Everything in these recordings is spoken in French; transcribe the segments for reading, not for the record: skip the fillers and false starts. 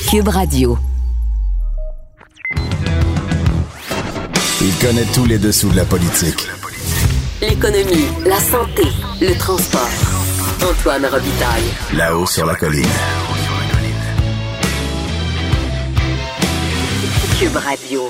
Cube Radio. Il connaît tous les dessous de la politique. L'économie, la santé, le transport. Antoine Robitaille. Là-haut sur la colline. Cube Radio.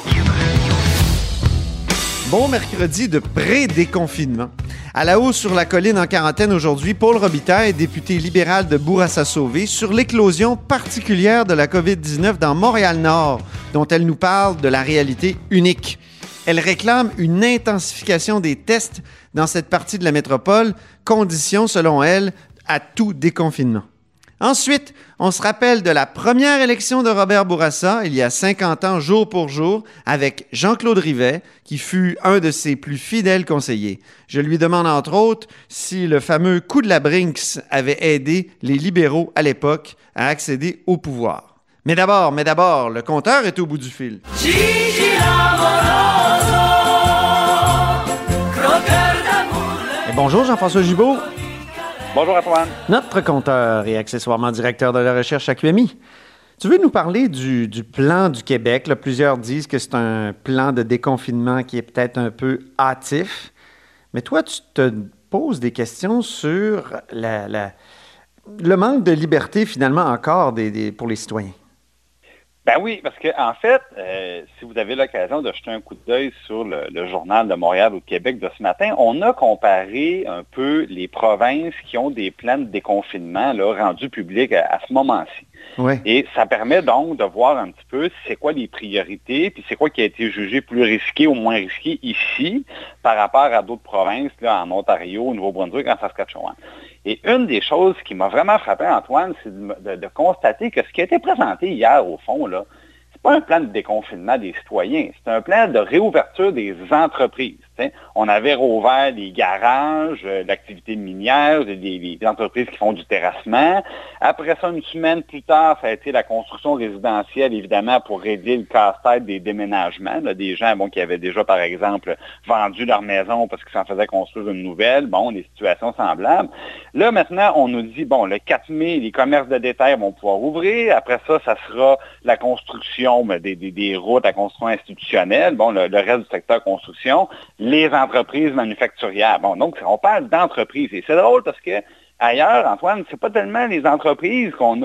Bon mercredi de pré-déconfinement. À la haut sur la colline en quarantaine aujourd'hui, Paul Robitaille, député libéral de Bourassa-Sauvé, sur l'éclosion particulière de la COVID-19 dans Montréal-Nord, dont elle nous parle de la réalité unique. Elle réclame une intensification des tests dans cette partie de la métropole, condition, selon elle, à tout déconfinement. Ensuite, on se rappelle de la première élection de Robert Bourassa, il y a 50 ans, jour pour jour, avec Jean-Claude Rivet, qui fut un de ses plus fidèles conseillers. Je lui demande, entre autres, si le fameux coup de la Brinks avait aidé les libéraux à l'époque à accéder au pouvoir. Mais d'abord, le compteur est au bout du fil. Et bonjour Jean-François Gibault. Bonjour Antoine. Notre compteur et accessoirement directeur de la recherche à QMI. Tu veux nous parler du plan du Québec? Là, plusieurs disent que c'est un plan de déconfinement qui est peut-être un peu hâtif. Mais toi, tu te poses des questions sur le manque de liberté, finalement, encore pour les citoyens. Ben oui, parce qu'en fait, si vous avez l'occasion de jeter un coup d'œil sur le Journal de Montréal ou de Québec de ce matin, on a comparé un peu les provinces qui ont des plans de déconfinement là, rendus publics à ce moment-ci. Ouais. Et ça permet donc de voir un petit peu c'est quoi les priorités, puis c'est quoi qui a été jugé plus risqué ou moins risqué ici par rapport à d'autres provinces, là, en Ontario, au Nouveau-Brunswick, en Saskatchewan. Et une des choses qui m'a vraiment frappé, Antoine, c'est de constater que ce qui a été présenté hier, au fond, là, c'est pas un plan de déconfinement des citoyens, c'est un plan de réouverture des entreprises. T'sais. On avait rouvert les garages, l'activité minière, les entreprises qui font du terrassement. Après ça, une semaine plus tard, ça a été la construction résidentielle, évidemment, pour aider le casse-tête des déménagements. Là, des gens qui avaient déjà, par exemple, vendu leur maison parce qu'ils s'en faisaient construire une nouvelle. Bon, des situations semblables. Là, maintenant, on nous dit, bon, le 4 mai, les commerces de détail vont pouvoir ouvrir. Après ça, ça sera la construction des routes, la construction institutionnelle, bon, le reste du secteur construction, les entreprises manufacturières. Bon, donc, on parle d'entreprises. Et c'est drôle parce que ailleurs, Antoine, c'est pas tellement les entreprises qu'on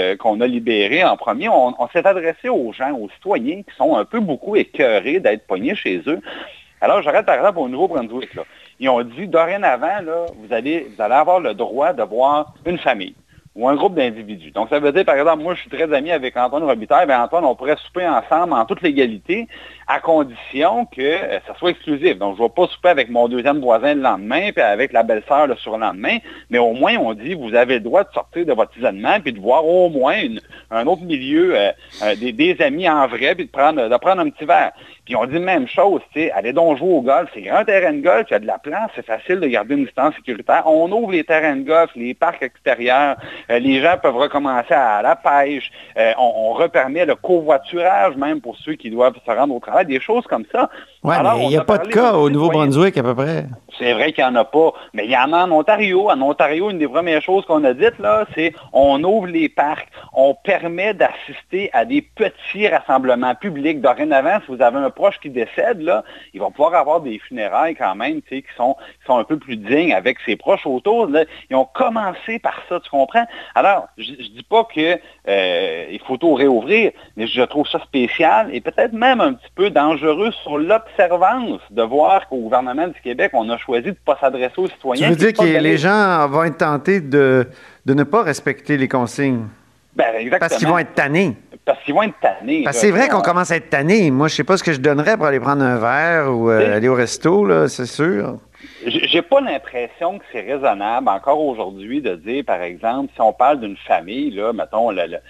a libérées en premier. On s'est adressé aux gens, aux citoyens qui sont un peu beaucoup écœurés d'être pognés chez eux. Alors, j'arrête par exemple au Nouveau-Brunswick. Là. Ils ont dit, dorénavant, là, vous allez avoir le droit de voir une famille ou un groupe d'individus. Donc, ça veut dire, par exemple, moi, je suis très ami avec Antoine Robitaille. Bien, Antoine, on pourrait souper ensemble en toute légalité, à condition que ça soit exclusif. Donc, je ne vais pas souper avec mon deuxième voisin le lendemain, puis avec la belle-sœur le surlendemain, mais au moins, on dit, vous avez le droit de sortir de votre isolement, puis de voir au moins un autre milieu, des amis en vrai, puis de prendre un petit verre. Puis on dit même chose, tu sais, allez donc jouer au golf, c'est grand terrain de golf, il y a de la place, c'est facile de garder une distance sécuritaire. On ouvre les terrains de golf, les parcs extérieurs, les gens peuvent recommencer à la pêche, on repermet le covoiturage même pour ceux qui doivent se rendre au travail, des choses comme ça. Oui, mais il n'y a pas de cas au Nouveau-Brunswick à peu près. C'est vrai qu'il n'y en a pas, mais il y en a en Ontario. En Ontario, une des premières choses qu'on a dites, là, c'est on ouvre les parcs, on permet d'assister à des petits rassemblements publics. Dorénavant, si vous avez un proche qui décède, là, il va pouvoir avoir des funérailles quand même, tu sais, qui sont un peu plus dignes avec ses proches autour. Là. Ils ont commencé par ça, tu comprends? Alors, je dis pas que il faut tout réouvrir, mais je trouve ça spécial et peut-être même un petit peu dangereux sur l'observance de voir qu'au gouvernement du Québec, on a choisi de ne pas s'adresser aux citoyens. Tu veux dire que les gens vont être tentés de ne pas respecter les consignes? Ben, exactement. Parce qu'ils vont être tannés. Parce qu'ils vont être tannés. Parce que c'est vrai qu'on commence à être tannés. Moi, je sais pas ce que je donnerais pour aller prendre un verre ou aller au resto, là, c'est sûr. J'ai pas l'impression que c'est raisonnable encore aujourd'hui de dire, par exemple, si on parle d'une famille, là, mettons,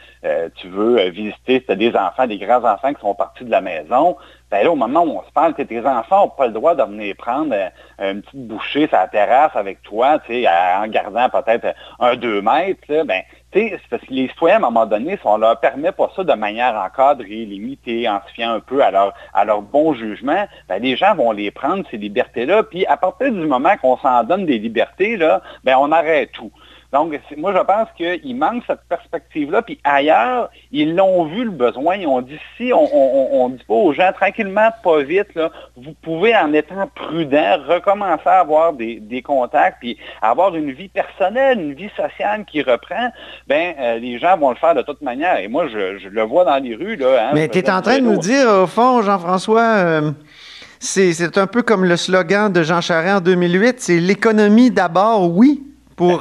tu veux visiter, si tu as des enfants, des grands-enfants qui sont partis de la maison, ben là, au moment où on se parle, que tes enfants n'ont pas le droit de venir prendre une petite bouchée sur la terrasse avec toi, tu sais, en gardant peut-être 2 mètres, là, ben, tu sais, c'est parce que les citoyens, à un moment donné, si on leur permet pas ça de manière encadrée, limitée, en se fiant un peu à leur bon jugement, ben, les gens vont les prendre, ces libertés-là, puis à partir du moment qu'on s'en donne des libertés, là, ben, on arrête tout. Donc, moi, je pense qu'il manque cette perspective-là. Puis ailleurs, ils l'ont vu le besoin. Ils ont dit, si on dit pas aux gens, tranquillement, pas vite, là, vous pouvez, en étant prudent, recommencer à avoir des contacts, puis avoir une vie personnelle, une vie sociale qui reprend, les gens vont le faire de toute manière. Et moi, je le vois dans les rues. Là, Mais tu es en train de nous dire, au fond, Jean-François, c'est un peu comme le slogan de Jean Charest en 2008, c'est l'économie d'abord, oui, pour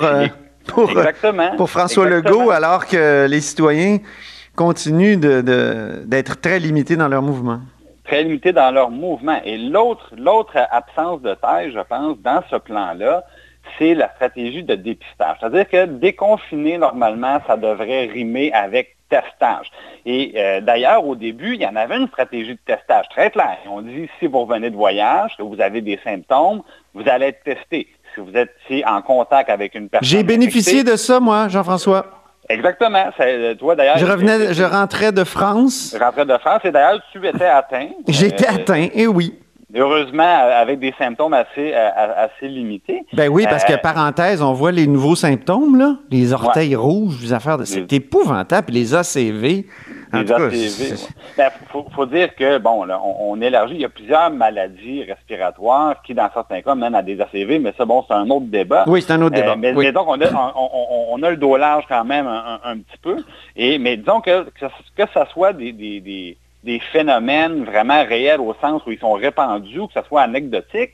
François Legault, alors que les citoyens continuent d'être très limités dans leur mouvement. Très limités dans leur mouvement. Et l'autre absence de taille, je pense, dans ce plan-là, c'est la stratégie de dépistage. C'est-à-dire que déconfiner, normalement, ça devrait rimer avec testage. Et d'ailleurs, au début, il y en avait une stratégie de testage très claire. On dit, si vous revenez de voyage, que vous avez des symptômes, vous allez être testé. Si vous êtes en contact avec une personne... J'ai bénéficié de ça, moi, Jean-François. Exactement. Toi, d'ailleurs... Je rentrais de France. Je rentrais de France et d'ailleurs, tu étais atteint. J'étais atteint, et oui. Heureusement, avec des symptômes assez limités. Ben oui, parce que, parenthèse, on voit les nouveaux symptômes, là, les orteils rouges, les affaires c'est épouvantable, puis les ACV. Les ACV, faut dire que, bon, là, on élargit, il y a plusieurs maladies respiratoires qui, dans certains cas, mènent à des ACV, mais ça, bon, c'est un autre débat. Oui, c'est un autre débat. Mais donc, on a le dos large quand même un petit peu. Mais disons que ça soit des phénomènes vraiment réels au sens où ils sont répandus ou que ça soit anecdotique,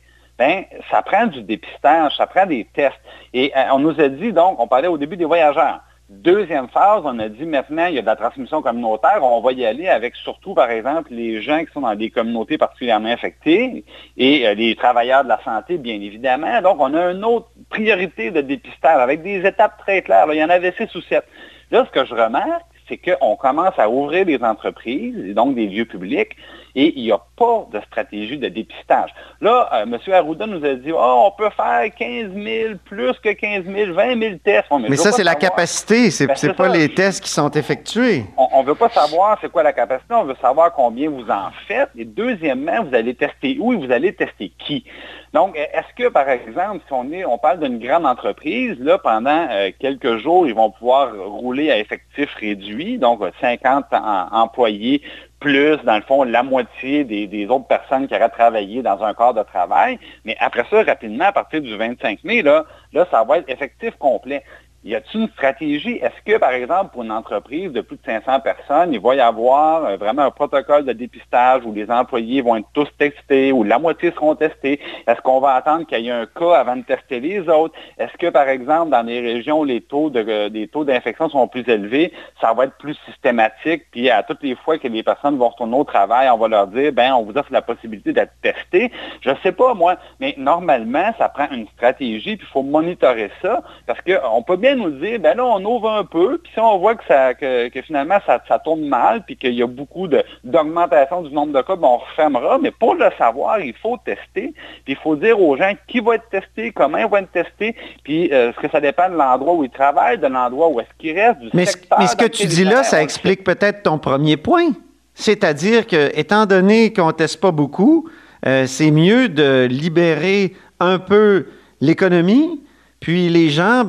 ça prend du dépistage, ça prend des tests. Et on nous a dit, donc, on parlait au début des voyageurs. Deuxième phase, on a dit maintenant, il y a de la transmission communautaire, on va y aller avec surtout, par exemple, les gens qui sont dans des communautés particulièrement affectées et les travailleurs de la santé, bien évidemment. Donc, on a une autre priorité de dépistage avec des étapes très claires. Là, il y en avait 6 ou 7. Là, ce que je remarque, c'est qu'on commence à ouvrir des entreprises, et donc des lieux publics, et il n'y a pas de stratégie de dépistage. Là, M. Arruda nous a dit, on peut faire 15 000, plus que 15 000, 20 000 tests. Mais ça, c'est la capacité, c'est pas les tests qui sont effectués. On ne veut pas savoir c'est quoi la capacité, on veut savoir combien vous en faites, et deuxièmement, vous allez tester où et vous allez tester qui. Donc, est-ce que, par exemple, si on parle d'une grande entreprise, là, pendant quelques jours, ils vont pouvoir rouler à effectif réduit, donc 50 employés, plus, dans le fond, la moitié des autres personnes qui auraient travaillé dans un corps de travail. Mais après ça, rapidement, à partir du 25 mai, là, ça va être effectif complet. Y a-t-il une stratégie? Est-ce que, par exemple, pour une entreprise de plus de 500 personnes, il va y avoir vraiment un protocole de dépistage où les employés vont être tous testés, où la moitié seront testés? Est-ce qu'on va attendre qu'il y ait un cas avant de tester les autres? Est-ce que, par exemple, dans les régions où les taux d'infection sont plus élevés, ça va être plus systématique? Puis à toutes les fois que les personnes vont retourner au travail, on va leur dire, on vous offre la possibilité d'être testé. Je ne sais pas, moi, mais normalement, ça prend une stratégie, puis il faut monitorer ça, parce qu'on peut bien nous dire, là, on ouvre un peu, puis si on voit que finalement, ça tourne mal, puis qu'il y a beaucoup d'augmentation du nombre de cas, on refermera. Mais pour le savoir, il faut tester, puis il faut dire aux gens qui va être testé, comment ils vont être testés, puis est-ce que ça dépend de l'endroit où ils travaillent, de l'endroit où est-ce qu'ils restent, du secteur. Mais ce que tu dis là, ça explique peut-être ton premier point. C'est-à-dire que, étant donné qu'on ne teste pas beaucoup, c'est mieux de libérer un peu l'économie. Puis les gens,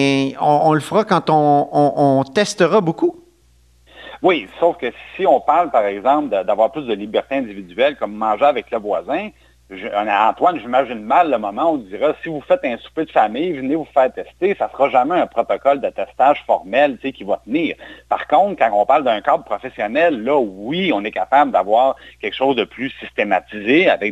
on le fera quand on testera beaucoup. Oui, sauf que si on parle, par exemple, d'avoir plus de liberté individuelle, comme manger avec le voisin, Antoine, j'imagine mal le moment où on dira, si vous faites un souper de famille, venez vous faire tester, ça ne sera jamais un protocole de testage formel qui va tenir. Par contre, quand on parle d'un cadre professionnel, là, oui, on est capable d'avoir quelque chose de plus systématisé avec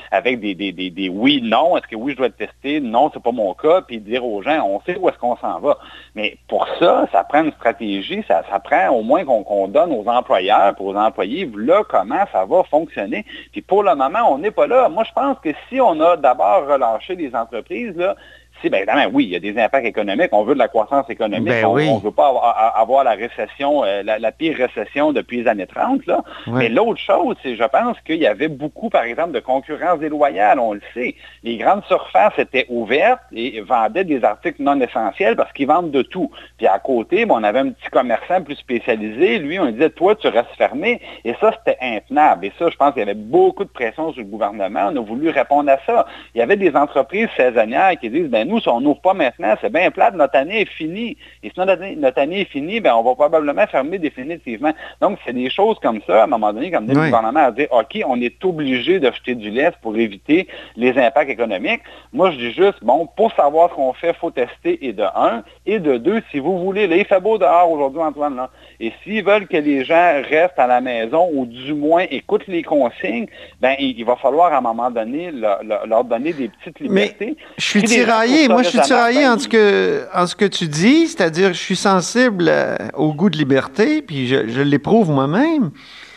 des oui, non, est-ce que oui, je dois être testé, non, c'est pas mon cas, puis dire aux gens, on sait où est-ce qu'on s'en va. Mais pour ça, ça prend une stratégie, ça prend au moins qu'on donne aux employeurs, pour aux employés, là, comment ça va fonctionner. Puis pour le moment, on n'est pas là. Moi, je pense que si on a d'abord relâché les entreprises, là, évidemment, oui, il y a des impacts économiques, on veut de la croissance économique, on ne veut pas avoir la récession, la pire récession depuis les années 30, là. Oui. Mais l'autre chose, c'est, je pense qu'il y avait beaucoup, par exemple, de concurrence déloyale, on le sait. Les grandes surfaces étaient ouvertes et vendaient des articles non essentiels parce qu'ils vendent de tout. Puis à côté, on avait un petit commerçant plus spécialisé, lui, on disait, toi, tu restes fermé, et ça, c'était intenable. Et ça, je pense qu'il y avait beaucoup de pression sur le gouvernement, on a voulu répondre à ça. Il y avait des entreprises saisonnières qui disent, nous, si on n'ouvre pas maintenant, c'est bien plate, notre année est finie. Et si notre année est finie, on va probablement fermer définitivement. Donc, c'est des choses comme ça, à un moment donné, comme le gouvernement a dit, OK, on est obligé de jeter du lest pour éviter les impacts économiques. Moi, je dis juste, pour savoir ce qu'on fait, il faut tester, et de un. Et de deux, si vous voulez, là, il fait beau dehors aujourd'hui, Antoine, là. Et s'ils veulent que les gens restent à la maison ou du moins écoutent les consignes, il va falloir à un moment donné leur donner des petites libertés. Mais je suis tiraillé. Moi, je suis tiraillé en ce que tu dis, c'est-à-dire je suis sensible au goût de liberté, puis je l'éprouve moi-même.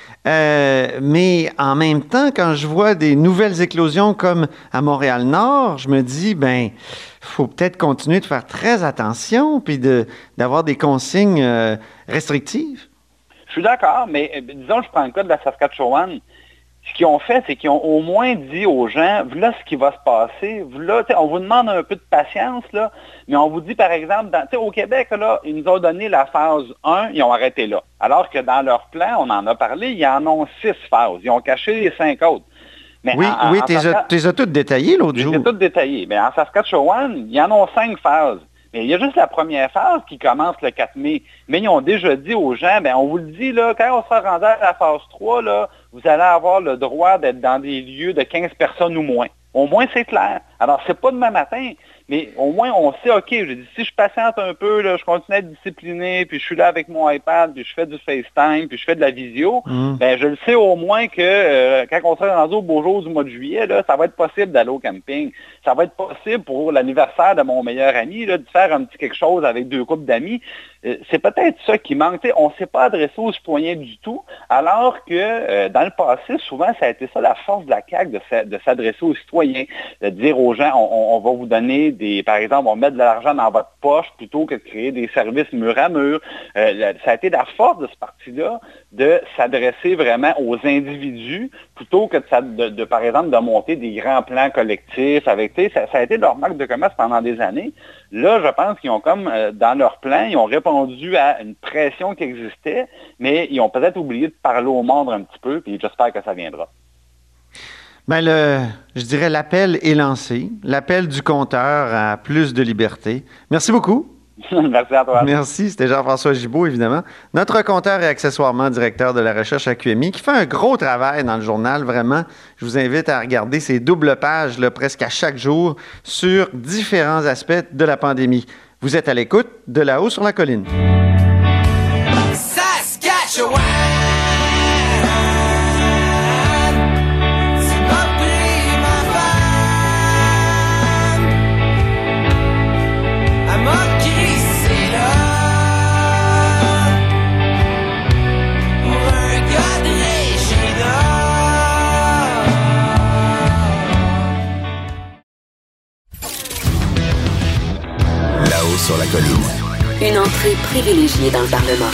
Mais en même temps, quand je vois des nouvelles éclosions comme à Montréal-Nord, je me dis, faut peut-être continuer de faire très attention puis d'avoir des consignes restrictives. Je suis d'accord, mais disons, je prends le cas de la Saskatchewan. Ce qu'ils ont fait, c'est qu'ils ont au moins dit aux gens, voilà ce qui va se passer. Voilà, on vous demande un peu de patience, là, mais on vous dit, par exemple, au Québec, là, ils nous ont donné la phase 1, ils ont arrêté là. Alors que dans leur plan, on en a parlé, ils en ont 6 phases. Ils ont caché les 5 autres. Mais oui, tu les as toutes détaillées l'autre jour. Je les ai toutes détaillées. Mais en Saskatchewan, il y en a 5 phases. Mais il y a juste la première phase qui commence le 4 mai. Mais ils ont déjà dit aux gens, on vous le dit, là, quand on sera rendu à la phase 3, là, vous allez avoir le droit d'être dans des lieux de 15 personnes ou moins. Au moins, c'est clair. Alors, c'est pas demain matin, mais au moins, on sait, OK, je dis, si je patiente un peu, là, je continue à être discipliné, puis je suis là avec mon iPad, puis je fais du FaceTime, puis je fais de la visio, je le sais au moins que quand on sera rendu au beau jour du mois de juillet, là, ça va être possible d'aller au camping. Ça va être possible pour l'anniversaire de mon meilleur ami, là, de faire un petit quelque chose avec 2 couples d'amis. C'est peut-être ça qui manque. On ne s'est pas adressé aux citoyens du tout, alors que dans le passé, souvent, ça a été ça la force de la CAQ, de s'adresser aux citoyens, de dire aux gens, on va vous donner par exemple, on va mettre de l'argent dans votre poche plutôt que de créer des services mur à mur. Ça a été la force de ce parti-là de s'adresser vraiment aux individus plutôt que par exemple, de monter des grands plans collectifs avec, ça a été leur marque de commerce pendant des années. Là, je pense qu'ils ont comme, dans leur plan, ils ont répondu à une pression qui existait, mais ils ont peut-être oublié de parler au monde un petit peu, puis j'espère que ça viendra. Je dirais l'appel est lancé, l'appel du compteur à plus de liberté. Merci beaucoup. Merci à toi. Merci, c'était Jean-François Gibault, évidemment. Notre compteur et accessoirement directeur de la recherche à QMI, qui fait un gros travail dans le journal, vraiment. Je vous invite à regarder ces doubles pages, là, presque à chaque jour, sur différents aspects de la pandémie. Vous êtes à l'écoute de Là-haut sur la colline. Saskatchewan! Sur la colline. Une entrée privilégiée dans le Parlement.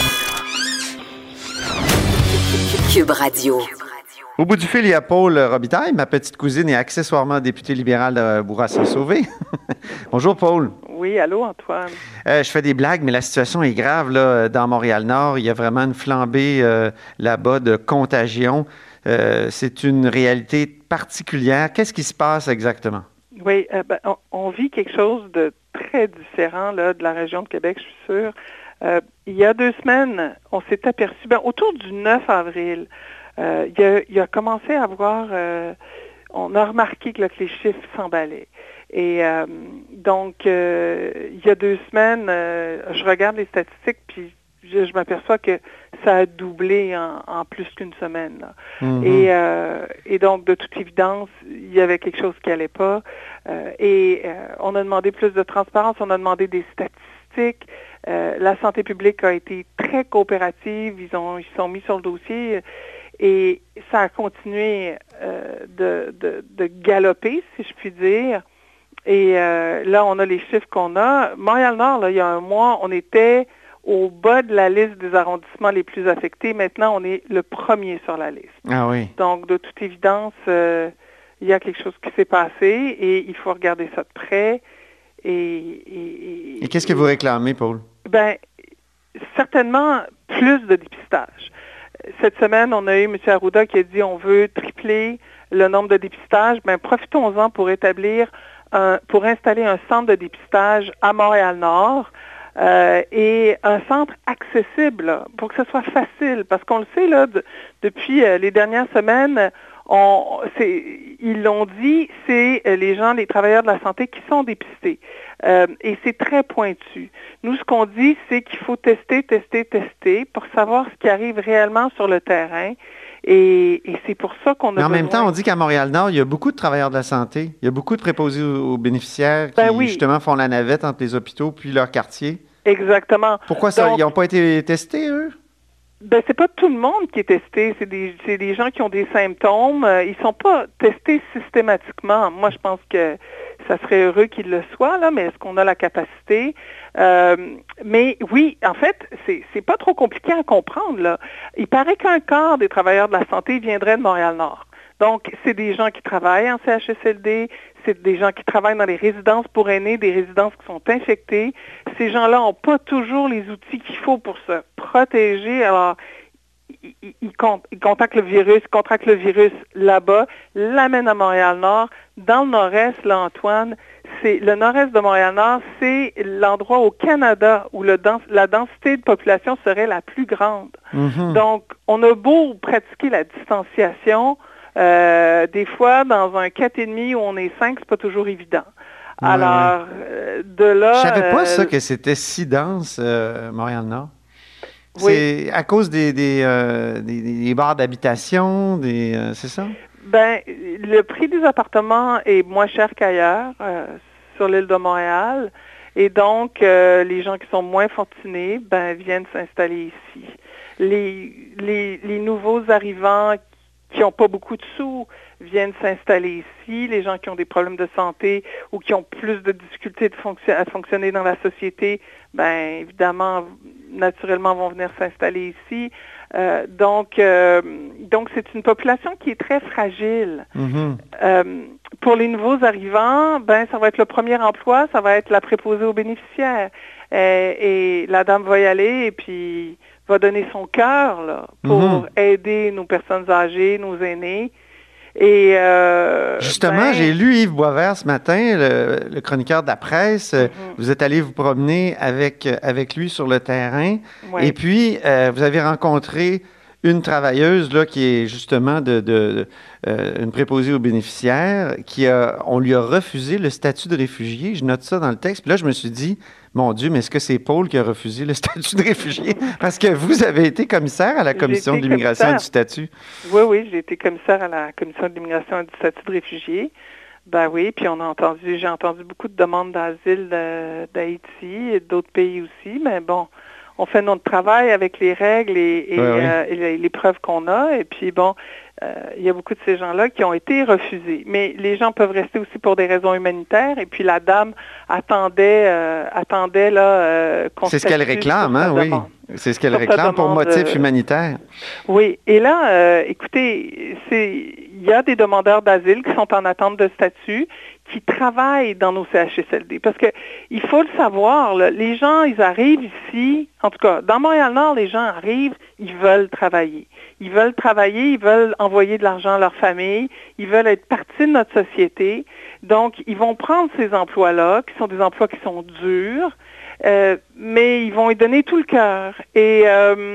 Cube Radio. Au bout du fil, il y a Paul Robitaille, ma petite cousine et accessoirement députée libérale de Bourassa-Sauvé. Bonjour, Paul. Oui, allô, Antoine. Je fais des blagues, mais la situation est grave là, dans Montréal-Nord. Il y a vraiment une flambée là-bas de contagion. C'est une réalité particulière. Qu'est-ce qui se passe exactement? Oui, on vit quelque chose de très différent là, de la région de Québec, je suis sûre. Il y a 2 semaines, on s'est aperçu, autour du 9 avril, il a commencé à avoir, on a remarqué que les chiffres s'emballaient. Et donc, il y a 2 semaines, je regarde les statistiques, puis je m'aperçois que ça a doublé en plus qu'une semaine. Là. Mm-hmm. Et donc, de toute évidence, il y avait quelque chose qui n'allait pas. On a demandé plus de transparence, on a demandé des statistiques. La santé publique a été très coopérative, ils sont mis sur le dossier et ça a continué de galoper, si je puis dire. Et là, on a les chiffres qu'on a. Montréal-Nord, là, il y a un mois, on était au bas de la liste des arrondissements les plus affectés. Maintenant, on est le premier sur la liste. Ah oui. Donc, de toute évidence, il y a quelque chose qui s'est passé et il faut regarder ça de près. Et qu'est-ce que vous réclamez, Paul? Certainement plus de dépistage. Cette semaine, on a eu M. Arruda qui a dit on veut tripler le nombre de dépistages. Profitons-en pour établir pour installer un centre de dépistage à Montréal-Nord et un centre accessible là, pour que ce soit facile. Parce qu'on le sait, là, depuis les dernières semaines, ils l'ont dit, c'est les travailleurs de la santé qui sont dépistés. Et c'est très pointu. Nous, ce qu'on dit, c'est qu'il faut tester pour savoir ce qui arrive réellement sur le terrain. Et c'est pour ça qu'on a Mais en même temps, on dit qu'à Montréal-Nord, il y a beaucoup de travailleurs de la santé. Il y a beaucoup de préposés aux bénéficiaires qui, justement, font la navette entre les hôpitaux puis leur quartier. Exactement. Pourquoi ça? Ils n'ont pas été testés, eux? Ben, c'est pas tout le monde qui est testé. C'est des gens qui ont des symptômes. Ils sont pas testés systématiquement. Moi, je pense que ça serait heureux qu'ils le soient, là, mais est-ce qu'on a la capacité? Mais oui, en fait, c'est pas trop compliqué à comprendre, là. Il paraît qu'un quart des travailleurs de la santé viendraient de Montréal-Nord. Donc, c'est des gens qui travaillent en CHSLD, c'est des gens qui travaillent dans les résidences pour aînés, des résidences qui sont infectées. Ces gens-là n'ont pas toujours les outils qu'il faut pour se protéger. Alors, ils contractent le virus là-bas, l'amènent à Montréal-Nord. Dans le nord-est, là, Antoine, le nord-est de Montréal-Nord, c'est l'endroit au Canada où la densité de population serait la plus grande. Mm-hmm. Donc, on a beau pratiquer la distanciation, des fois, dans un 4,5 où on est 5, c'est pas toujours évident. Ouais, alors, de là... Je savais pas ça, que c'était si dense, Montréal-Nord. C'est à cause des barres d'habitation, c'est ça? Ben, le prix des appartements est moins cher qu'ailleurs, sur l'île de Montréal. Et donc, les gens qui sont moins fortunés, viennent s'installer ici. Les nouveaux arrivants qui n'ont pas beaucoup de sous viennent s'installer ici. Les gens qui ont des problèmes de santé ou qui ont plus de difficultés à fonctionner dans la société, évidemment, naturellement, vont venir s'installer ici. Donc, c'est une population qui est très fragile. Mm-hmm. Pour les nouveaux arrivants, ça va être le premier emploi, ça va être la préposée aux bénéficiaires. Et la dame va y aller et puis va donner son cœur là, pour aider nos personnes âgées, nos aînés. Et justement, j'ai lu Yves Boisvert ce matin, le chroniqueur de la presse. Vous êtes allé vous promener avec lui sur le terrain. Ouais. Et puis, vous avez rencontré une travailleuse là, qui est justement une préposée aux bénéficiaires, on lui a refusé le statut de réfugié. Je note ça dans le texte. Puis là, je me suis dit, mon Dieu, mais est-ce que c'est Paul qui a refusé le statut de réfugié? Parce que vous avez été commissaire à la Commission de l'immigration et du statut. Oui, j'ai été commissaire à la Commission de l'immigration et du statut de réfugié. Ben oui, puis j'ai entendu beaucoup de demandes d'asile d'Haïti et d'autres pays aussi, mais bon, on fait notre travail avec les règles et les preuves qu'on a, et puis bon, il y a beaucoup de ces gens-là qui ont été refusés. Mais les gens peuvent rester aussi pour des raisons humanitaires. Et puis la dame attendait là. C'est ce qu'elle réclame, hein, oui. C'est ce qu'elle réclame pour motif humanitaire. Oui. Et là, écoutez, il y a des demandeurs d'asile qui sont en attente de statut, qui travaillent dans nos CHSLD. Parce que il faut le savoir, là, les gens, ils arrivent ici, en tout cas, dans Montréal-Nord, les gens arrivent, ils veulent travailler. Ils veulent travailler, ils veulent envoyer de l'argent à leur famille, ils veulent être partie de notre société. Donc, ils vont prendre ces emplois-là, qui sont des emplois qui sont durs, mais ils vont y donner tout le cœur. Et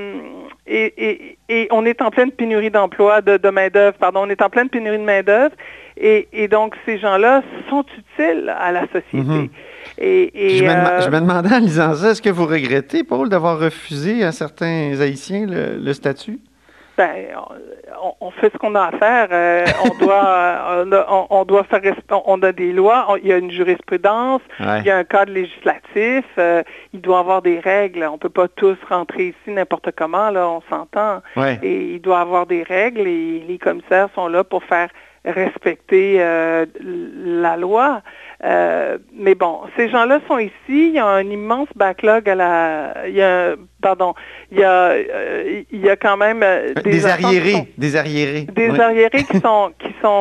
on est en pleine pénurie d'emploi, de main-d'œuvre, on est en pleine pénurie de main-d'œuvre. Et donc, ces gens-là sont utiles à la société. Mm-hmm. Je me demandais en lisant ça, est-ce que vous regrettez, Paul, d'avoir refusé à certains Haïtiens le statut? On fait ce qu'on a à faire. On doit faire on a des lois, il y a une jurisprudence, il y a un cadre législatif, il doit y avoir des règles. On ne peut pas tous rentrer ici n'importe comment, là, on s'entend. Ouais. Et il doit y avoir des règles et les commissaires sont là pour faire respecter la loi. Mais bon, ces gens-là sont ici. Il y a un immense backlog il y a quand même des arriérés. Des arriérés qui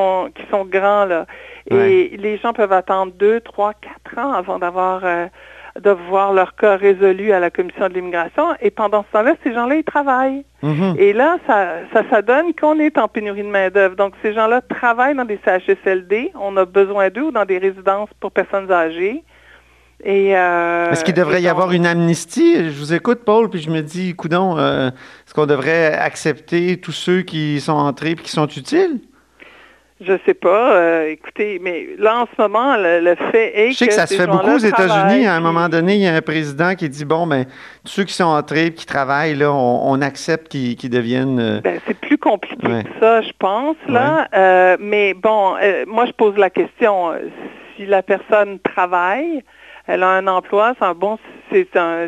sont grands, là. Et les gens peuvent attendre 2, 3, 4 ans avant d'avoir de voir leur cas résolu à la Commission de l'immigration. Et pendant ce temps-là, ces gens-là, ils travaillent. Et là, ça donne qu'on est en pénurie de main-d'œuvre. Donc, ces gens-là travaillent dans des CHSLD. On a besoin d'eux ou dans des résidences pour personnes âgées. Est-ce qu'il devrait y avoir une amnistie? Je vous écoute, Paul, puis je me dis, coudonc, est-ce qu'on devrait accepter tous ceux qui sont entrés et qui sont utiles? Je sais pas. Écoutez, mais là, en ce moment, le fait est que... Je sais que ça se fait beaucoup aux États-Unis. À un moment donné, il y a un président qui dit, bon, ben, tous ceux qui sont entrés et qui travaillent, là, on accepte qu'ils deviennent... c'est plus compliqué que ça, je pense, là. Mais bon, moi, je pose la question. Si la personne travaille, elle a un emploi, ce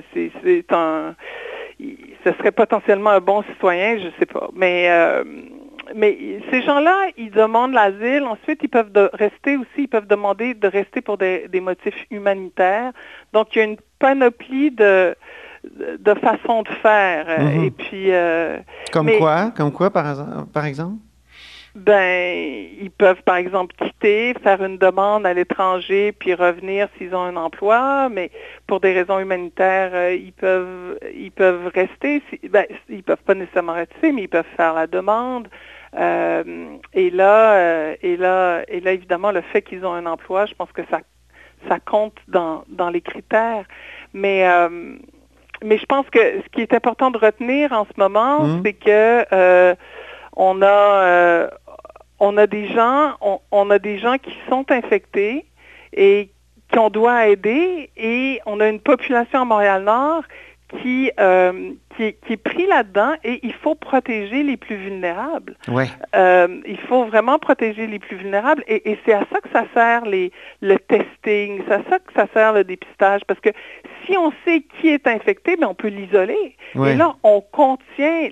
serait potentiellement un bon citoyen, je sais pas. Mais ces gens-là, ils demandent l'asile. Ensuite, ils peuvent rester aussi. Ils peuvent demander de rester pour des motifs humanitaires. Donc, il y a une panoplie de façons de faire. Et puis, Comme quoi, par exemple? Ils peuvent, par exemple, quitter, faire une demande à l'étranger, puis revenir s'ils ont un emploi, mais pour des raisons humanitaires, ils peuvent rester. Ils peuvent pas nécessairement rester, mais ils peuvent faire la demande. Et là, évidemment, le fait qu'ils ont un emploi, je pense que ça compte dans les critères. Mais je pense que ce qui est important de retenir en ce moment, c'est que on a des gens qui sont infectés et qu'on doit aider, et on a une population à Montréal-Nord qui est pris là-dedans, et il faut protéger les plus vulnérables. Ouais. Il faut vraiment protéger les plus vulnérables, et c'est à ça que ça sert le testing, c'est à ça que ça sert le dépistage, parce que si on sait qui est infecté, on peut l'isoler. Ouais. Et là, on contient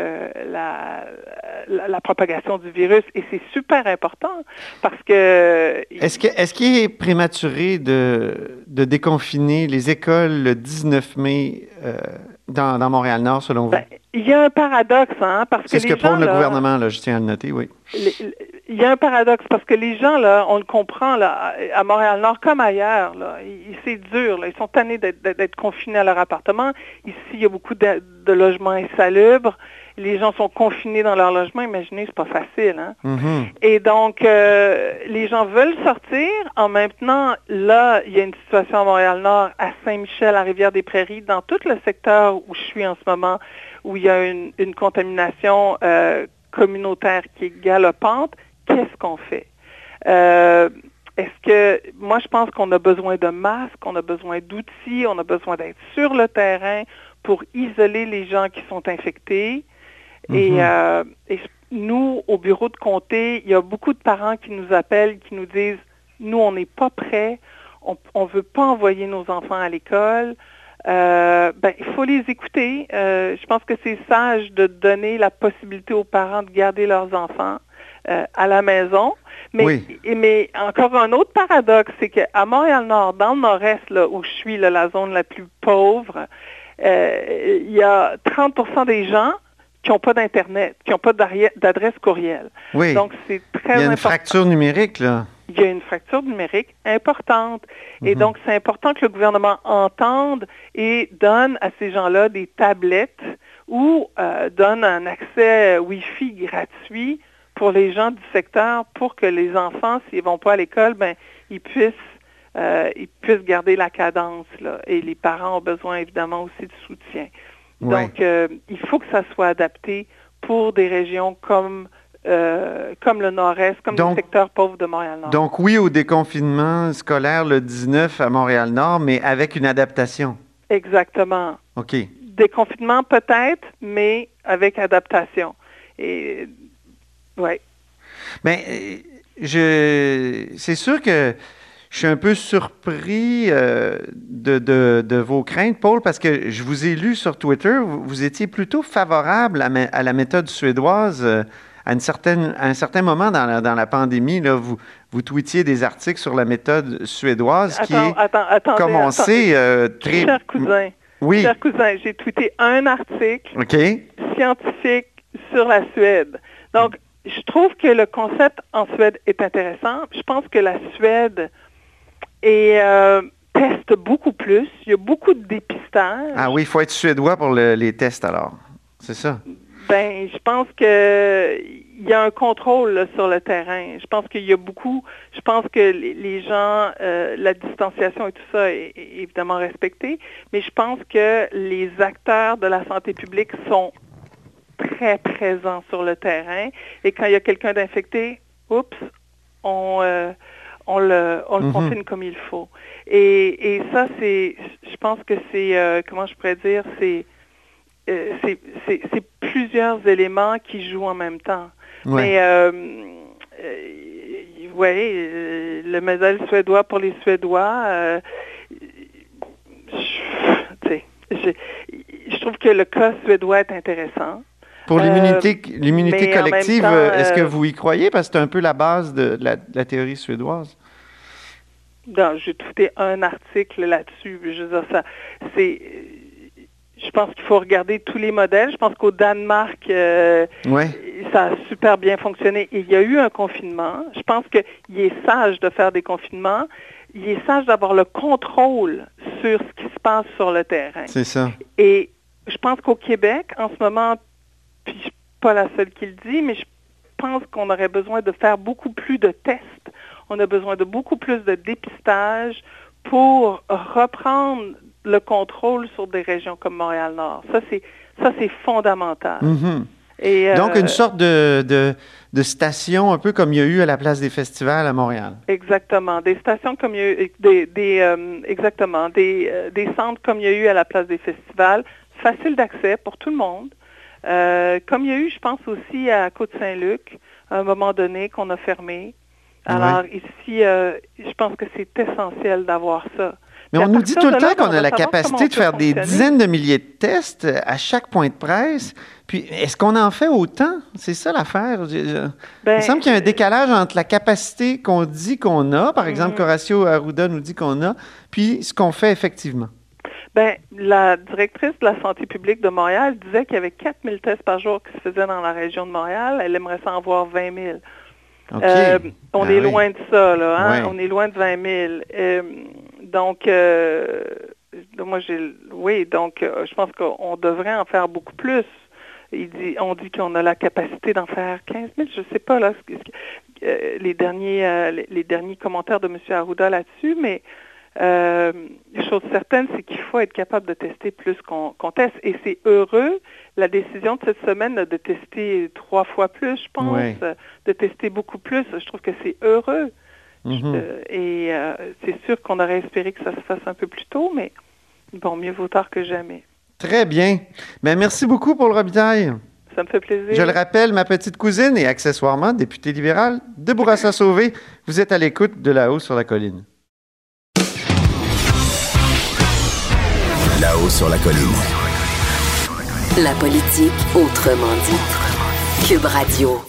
la propagation du virus, et c'est super important, parce que... Est-ce qu'il est prématuré de déconfiner les écoles le 19 mai dans Montréal-Nord, selon vous? Il y a un paradoxe, parce que c'est ce que prône le gouvernement, là, je tiens à le noter, oui. Il y a un paradoxe, parce que les gens, là, on le comprend, là, à Montréal-Nord comme ailleurs, là, c'est dur, là, ils sont tannés d'être confinés à leur appartement. Ici, il y a beaucoup de logements insalubres. Les gens sont confinés dans leur logement. Imaginez, c'est pas facile, hein? Mm-hmm. Et donc, les gens veulent sortir. En même temps, là, il y a une situation à Montréal-Nord, à Saint-Michel, à Rivière-des-Prairies, dans tout le secteur où je suis en ce moment, où il y a une contamination communautaire qui est galopante. Qu'est-ce qu'on fait? Moi, je pense qu'on a besoin de masques, on a besoin d'outils, on a besoin d'être sur le terrain pour isoler les gens qui sont infectés. Mm-hmm. Et nous, au bureau de comté, il y a beaucoup de parents qui nous appellent, qui nous disent, nous, on n'est pas prêts, on ne veut pas envoyer nos enfants à l'école. Il faut les écouter. Je pense que c'est sage de donner la possibilité aux parents de garder leurs enfants à la maison. Mais encore un autre paradoxe, c'est qu'à Montréal-Nord, dans le nord-est, là, où je suis, là, la zone la plus pauvre, il y a 30% des gens qui n'ont pas d'Internet, qui n'ont pas d'adresse courriel. Oui. Donc, c'est très important. Il y a une fracture numérique, là. Il y a une fracture numérique importante. Et donc, c'est important que le gouvernement entende et donne à ces gens-là des tablettes ou donne un accès Wi-Fi gratuit pour les gens du secteur, pour que les enfants, s'ils ne vont pas à l'école, ils puissent garder la cadence, là. Et les parents ont besoin, évidemment, aussi de soutien. Ouais. Donc, il faut que ça soit adapté pour des régions comme le Nord-Est, comme le secteur pauvre de Montréal-Nord. Donc, oui au déconfinement scolaire le 19 à Montréal-Nord, mais avec une adaptation. Exactement. OK. Déconfinement peut-être, mais avec adaptation. Et, oui. Bien, c'est sûr que je suis un peu surpris de vos craintes, Paul, parce que je vous ai lu sur Twitter, vous étiez plutôt favorable à la méthode suédoise à un certain moment dans la pandémie. Là, vous tweetiez des articles sur la méthode suédoise commencée très... Cher cousin, oui. Cher cousin, j'ai tweeté un article scientifique sur la Suède. Donc, je trouve que le concept en Suède est intéressant. Je pense que la Suède est testent beaucoup plus. Il y a beaucoup de dépistage. Ah oui, il faut être suédois pour les tests alors. C'est ça? Ben, je pense que il y a un contrôle là, sur le terrain. Je pense qu'il y a beaucoup. Je pense que les gens, la distanciation et tout ça est évidemment respecté, mais je pense que les acteurs de la santé publique sont très présents sur le terrain. Et quand il y a quelqu'un d'infecté, on le confine comme il faut. Et ça, je pense que c'est, comment je pourrais dire, c'est plusieurs éléments qui jouent en même temps. Ouais. Mais, le modèle suédois pour les Suédois, je trouve que le cas suédois est intéressant. Pour l'immunité collective, temps, est-ce que vous y croyez? Parce que c'est un peu la base de la théorie suédoise. J'ai trouvé un article là-dessus. Je veux dire, je pense qu'il faut regarder tous les modèles. Je pense qu'au Danemark, ça a super bien fonctionné. Et il y a eu un confinement. Je pense qu'il est sage de faire des confinements. Il est sage d'avoir le contrôle sur ce qui se passe sur le terrain. C'est ça. Et je pense qu'au Québec, en ce moment, puis je ne suis pas la seule qui le dit, mais je pense qu'on aurait besoin de faire beaucoup plus de tests. On a besoin de beaucoup plus de dépistage pour reprendre le contrôle sur des régions comme Montréal-Nord. Ça, c'est fondamental. Mm-hmm. Et, donc, une sorte de station, un peu comme il y a eu à la place des festivals à Montréal. Exactement. Des stations comme il y a eu, des centres comme il y a eu à la place des festivals, facile d'accès pour tout le monde. Comme il y a eu, je pense, aussi à Côte-Saint-Luc, à un moment donné, qu'on a fermé. Alors, ici, je pense que c'est essentiel d'avoir ça. Mais on nous dit tout le temps qu'on a la capacité de faire des dizaines de milliers de tests à chaque point de presse. Puis, est-ce qu'on en fait autant? C'est ça l'affaire. Il me semble qu'il y a un décalage entre la capacité qu'on dit qu'on a, par exemple, Horacio Arruda nous dit qu'on a, puis ce qu'on fait effectivement. Bien, la directrice de la santé publique de Montréal disait qu'il y avait 4 000 tests par jour qui se faisaient dans la région de Montréal. Elle aimerait ça en voir 20 000. Okay. On est loin de ça, là. Hein? Ouais. On est loin de 20 000. Donc, je pense qu'on devrait en faire beaucoup plus. On dit qu'on a la capacité d'en faire 15 000, je ne sais pas là, les derniers commentaires de M. Arruda là-dessus, mais chose certaine, c'est qu'il faut être capable de tester plus qu'on teste. Et c'est heureux, la décision de cette semaine de tester 3 fois plus, je pense, de tester beaucoup plus. Je trouve que c'est heureux. C'est sûr qu'on aurait espéré que ça se fasse un peu plus tôt, mais bon, mieux vaut tard que jamais. Très bien. Ben, merci beaucoup, Paul Robitaille. Ça me fait plaisir. Je le rappelle, ma petite cousine et accessoirement députée libérale de Bourassa-Sauvé. Vous êtes à l'écoute de Là-haut sur la colline. Là-haut sur la colline. La politique autrement dit. Cube Radio.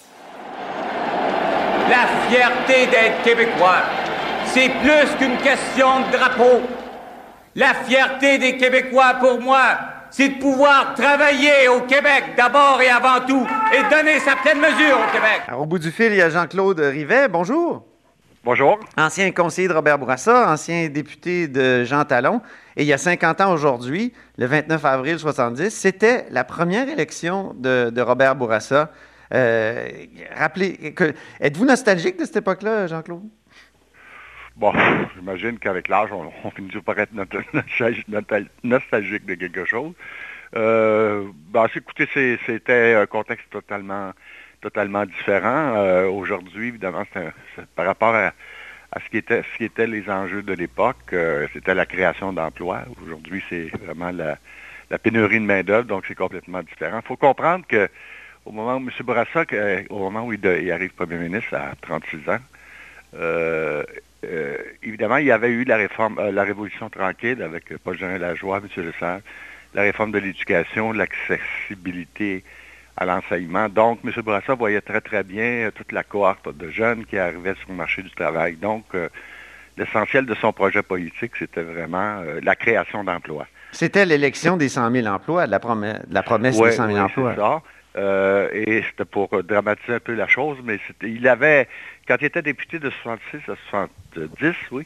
La fierté d'être québécois, c'est plus qu'une question de drapeau. La fierté des Québécois, pour moi, c'est de pouvoir travailler au Québec d'abord et avant tout et donner sa pleine mesure au Québec. Alors, au bout du fil, il y a Jean-Claude Rivet. Bonjour. Bonjour. Ancien conseiller de Robert Bourassa, ancien député de Jean Talon. Et il y a 50 ans aujourd'hui, le 29 avril 70, c'était la première élection de Robert Bourassa. Êtes-vous nostalgique de cette époque-là, Jean-Claude? Bon, j'imagine qu'avec l'âge, on finit par être nostalgique de quelque chose. Écoutez, c'était un contexte totalement différent. Aujourd'hui, évidemment, c'est par rapport à ce qui étaient les enjeux de l'époque, c'était la création d'emplois. Aujourd'hui, c'est vraiment la pénurie de main-d'œuvre, donc c'est complètement différent. Il faut comprendre qu'au moment où M. Bourassa, au moment où il arrive premier ministre à 36 ans, évidemment, il y avait eu la Révolution tranquille avec Paul-Jean Lajoie, M. Lessard, la réforme de l'éducation, l'accessibilité à l'enseignement. Donc, M. Bourassa voyait très, très bien toute la cohorte de jeunes qui arrivaient sur le marché du travail. Donc, l'essentiel de son projet politique, c'était vraiment la création d'emplois. C'était l'élection des 100 000 emplois, de la promesse des 100 000 emplois. C'est ça. Et c'était pour dramatiser un peu la chose, mais quand il était député de 66 à 70,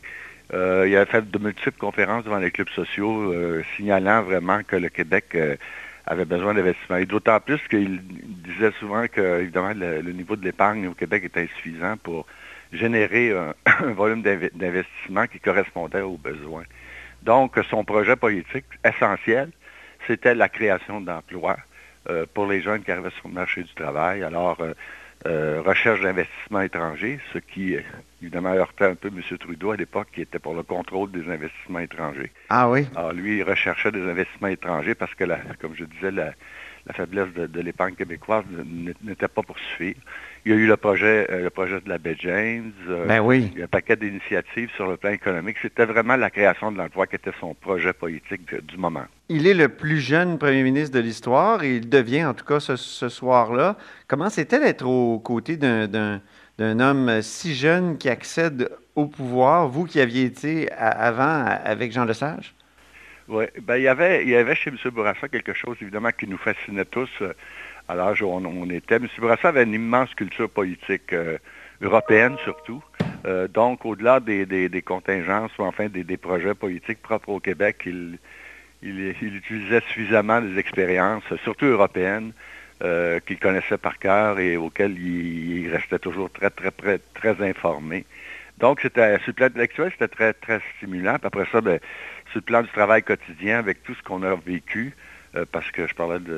Il avait fait de multiples conférences devant les clubs sociaux, signalant vraiment que le Québec avait besoin d'investissement. Et d'autant plus qu'il disait souvent que, évidemment, le niveau de l'épargne au Québec était insuffisant pour générer un volume d'investissement qui correspondait aux besoins. Donc, son projet politique essentiel, c'était la création d'emplois pour les jeunes qui arrivaient sur le marché du travail. Alors, recherche d'investissements étrangers, ce qui, évidemment, heurtait un peu M. Trudeau à l'époque, qui était pour le contrôle des investissements étrangers. Ah oui? Alors, lui, il recherchait des investissements étrangers parce que, comme je disais, la faiblesse de l'épargne québécoise n'était pas pour suffire. Il y a eu le projet de la baie James. Ben oui. Il y a un paquet d'initiatives sur le plan économique. C'était vraiment la création de l'emploi qui était son projet politique du moment. Il est le plus jeune premier ministre de l'histoire et il devient, en tout cas, ce soir-là. Comment c'était d'être aux côtés d'un homme si jeune qui accède au pouvoir, vous qui aviez été avant avec Jean Lesage? Oui, ben, il y avait chez M. Bourassa quelque chose, évidemment, qui nous fascinait tous à l'âge où on était. M. Bourassa avait une immense culture politique, européenne surtout. Donc, au-delà des contingences ou enfin des projets politiques propres au Québec, il utilisait suffisamment des expériences, surtout européennes, qu'il connaissait par cœur et auxquelles il restait toujours très informé. Donc, sur le plan intellectuel, c'était très, très stimulant. Puis après ça, ben, sur le plan du travail quotidien, avec tout ce qu'on a vécu, parce que je parlais de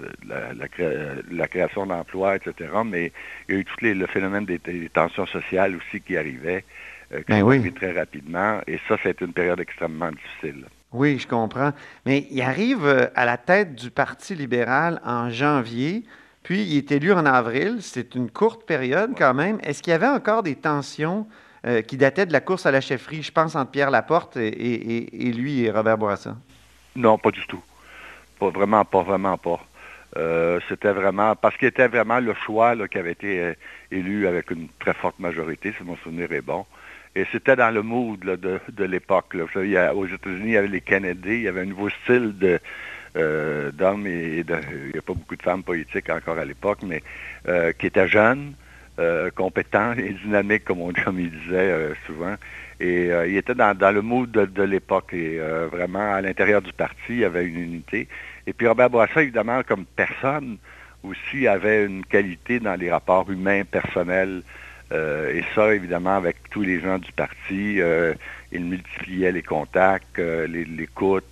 la création d'emplois, etc., mais il y a eu tout le phénomène des tensions sociales aussi qui arrivaient, qui sont arrivées très rapidement, et ça a été une période extrêmement difficile. Oui, je comprends. Mais il arrive à la tête du Parti libéral en janvier, puis il est élu en avril. C'est une courte période quand même. Est-ce qu'il y avait encore des tensions qui dataient de la course à la chefferie, je pense, entre Pierre Laporte et lui et Robert Bourassa? Non, pas du tout. Vraiment pas. C'était vraiment, parce qu'il était vraiment le choix qui avait été élu avec une très forte majorité, si mon souvenir est bon. Et c'était dans le mood de l'époque. Aux États-Unis, il y avait les Kennedy, il y avait un nouveau style d'hommes, il n'y a pas beaucoup de femmes politiques encore à l'époque, mais qui étaient jeunes, compétents et dynamiques, comme il disait souvent. Et il était dans le mood de l'époque. Et vraiment, à l'intérieur du parti, il y avait une unité. Et puis Robert Bourassa, évidemment, comme personne, aussi avait une qualité dans les rapports humains, personnels. Et ça, évidemment, avec tous les gens du parti, il multipliait les contacts, l'écoute,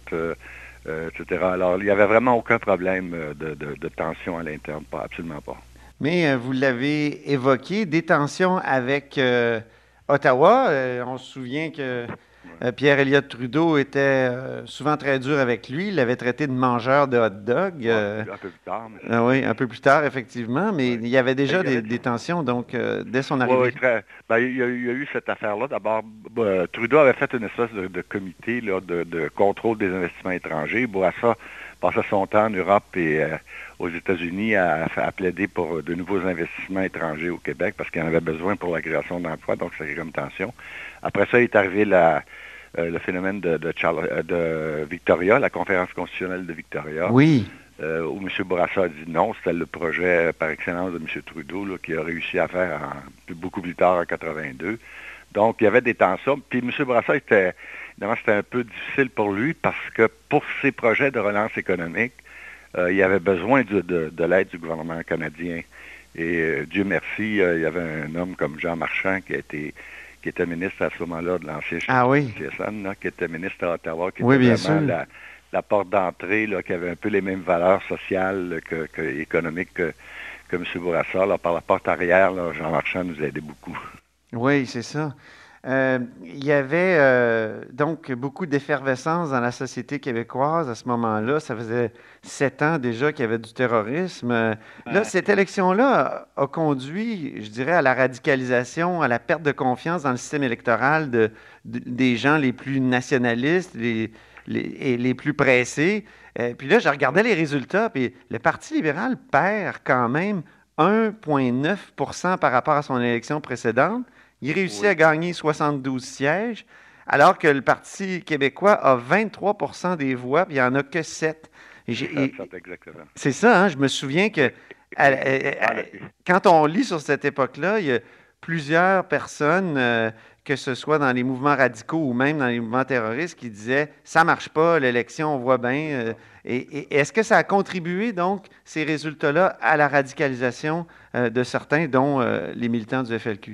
etc. Alors, il n'y avait vraiment aucun problème de tension à l'interne, absolument pas. Mais vous l'avez évoqué, des tensions avec Ottawa. On se souvient que Pierre Elliott Trudeau était souvent très dur avec lui. Il l'avait traité de mangeur de hot dog. Un peu plus tard. Oui, un peu plus tard, effectivement. Mais il y avait déjà des tensions, donc, dès son arrivée. Oui, il y a eu cette affaire-là. D'abord, Trudeau avait fait une espèce de comité de contrôle des investissements étrangers. Bourassa passait son temps en Europe et aux États-Unis à plaider pour de nouveaux investissements étrangers au Québec parce qu'il en avait besoin pour la création d'emplois, donc ça crée comme tension. Après ça, il est arrivé le phénomène de Victoria, la conférence constitutionnelle de Victoria. Oui. Où M. Bourassa a dit non, c'était le projet par excellence de M. Trudeau qui a réussi à faire beaucoup plus tard en 82. Donc, il y avait des tensions. Puis M. Bourassa, c'était un peu difficile pour lui parce que pour ses projets de relance économique, il avait besoin de l'aide du gouvernement canadien. Et Dieu merci, il y avait un homme comme Jean Marchand qui était ministre à ce moment-là de l'ancien CSN, qui était ministre à Ottawa, qui était vraiment la porte d'entrée, qui avait un peu les mêmes valeurs sociales économiques que M. Bourassa. Là, par la porte arrière, Jean Marchand nous a aidé beaucoup. Oui, c'est ça. Il y avait donc beaucoup d'effervescence dans la société québécoise à ce moment-là. Ça faisait 7 ans déjà qu'il y avait du terrorisme. Là, cette élection-là a conduit, je dirais, à la radicalisation, à la perte de confiance dans le système électoral des gens les plus nationalistes et les plus pressés. Puis là, je regardais les résultats, puis le Parti libéral perd quand même 1,9 % par rapport à son élection précédente. Il réussit à gagner 72 sièges, alors que le Parti québécois a 23 % des voix, puis il n'y en a que 7. Exactement. C'est ça, hein? Je me souviens que quand on lit sur cette époque-là, il y a plusieurs personnes que ce soit dans les mouvements radicaux ou même dans les mouvements terroristes, qui disaient « ça marche pas, l'élection, on voit bien ». Et est-ce que ça a contribué, donc, ces résultats-là, à la radicalisation de certains, dont les militants du FLQ?